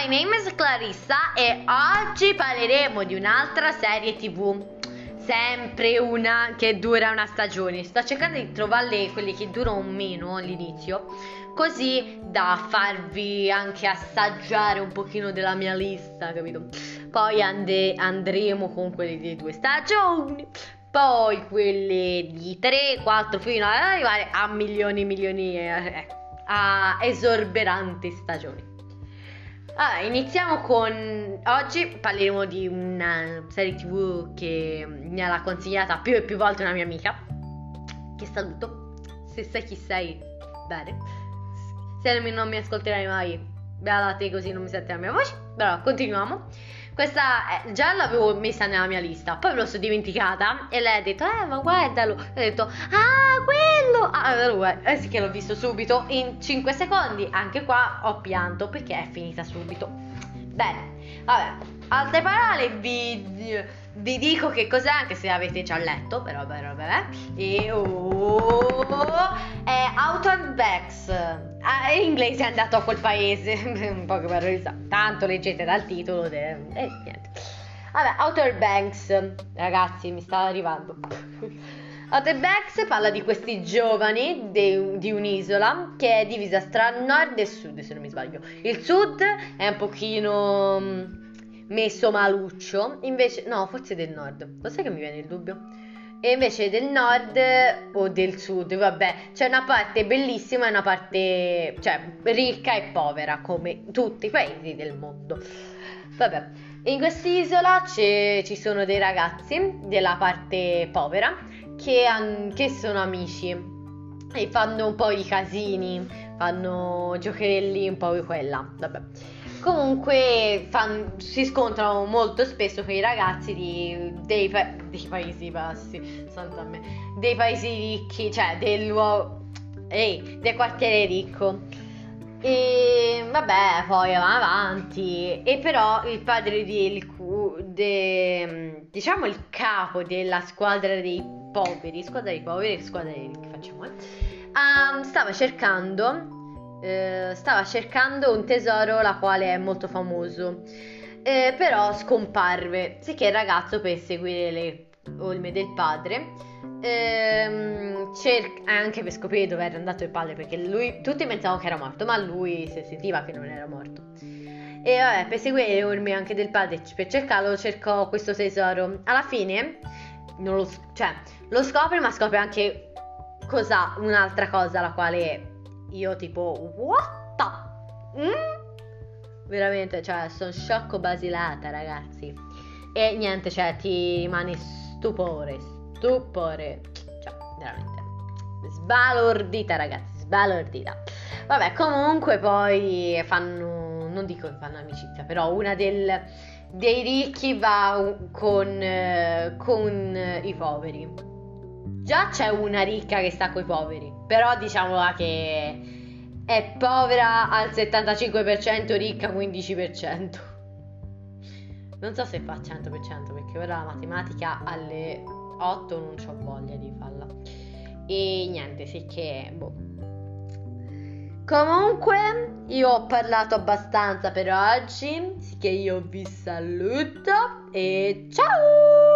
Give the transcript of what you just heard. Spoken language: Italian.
my name is Clarissa e oggi parleremo di un'altra serie TV. Sempre una che dura una stagione. Sto cercando di trovarle quelle che durano meno all'inizio, così da farvi anche assaggiare un pochino della mia lista, capito? Poi andremo con quelle di 2 stagioni, poi quelle di 3, 4 fino ad arrivare a milioni a esorbitanti stagioni. Allora, iniziamo con... Oggi parleremo di una serie TV che mi ha consigliata più e più volte una mia amica, che saluto. Se sai chi sei, bene. Se non mi ascolterai mai, beata te, così non mi sente la mia voce. Però continuiamo. Questa già l'avevo messa nella mia lista, poi me lo sono dimenticata e lei ha detto ma guardalo. E ho detto quello. Allora guarda, sì che l'ho visto subito in 5 secondi. Anche qua ho pianto perché è finita subito. Bene, vabbè, altre parole vi dico che cos'è, anche se avete già letto, però vabbè. E è Outer Banks. In inglese è andato a quel paese. Un po' che parlo, tanto leggete dal titolo niente. Vabbè, Outer Banks, ragazzi, mi sta arrivando. Outer Banks parla di questi giovani di un'isola che è divisa tra nord e sud, se non mi sbaglio. Il sud è un pochino messo maluccio, invece no, forse del nord. Lo sai che mi viene il dubbio? E invece del nord o del sud, vabbè, c'è una parte bellissima e una parte, cioè, ricca e povera, come tutti i paesi del mondo. Vabbè, in quest'isola ci sono dei ragazzi della parte povera che sono amici e fanno un po' i casini, fanno giocherelli un po' quella, vabbè. Comunque si scontrano molto spesso con i ragazzi dei Paesi Bassi, santa me, dei paesi ricchi, cioè del quartiere ricco. E vabbè, poi va avanti. E però il padre diciamo il capo della squadra dei poveri, squadra dei ricchi, facciamo, stava cercando un tesoro la quale è molto famoso, però scomparve, sicché il ragazzo, per seguire le orme del padre, anche per scoprire dove era andato il padre, perché tutti pensavano che era morto, ma lui si sentiva che non era morto. E vabbè, per seguire le orme anche del padre, per cercarlo, cercò questo tesoro. Alla fine lo scopre, ma scopre anche un'altra cosa, la quale io tipo what the veramente, cioè sono sciocco basilata, ragazzi. E niente, cioè ti rimane stupore, cioè veramente sbalordita, ragazzi, sbalordita. Vabbè, comunque poi non dico che fanno amicizia, però una dei ricchi va con i poveri. Già c'è una ricca che sta coi poveri, però diciamola che è povera al 75%, ricca 15%. Non so se fa 100%, perché ora la matematica alle 8 non c'ho voglia di farla. E niente, sì che Comunque io ho parlato abbastanza per oggi, sì che io vi saluto e ciao!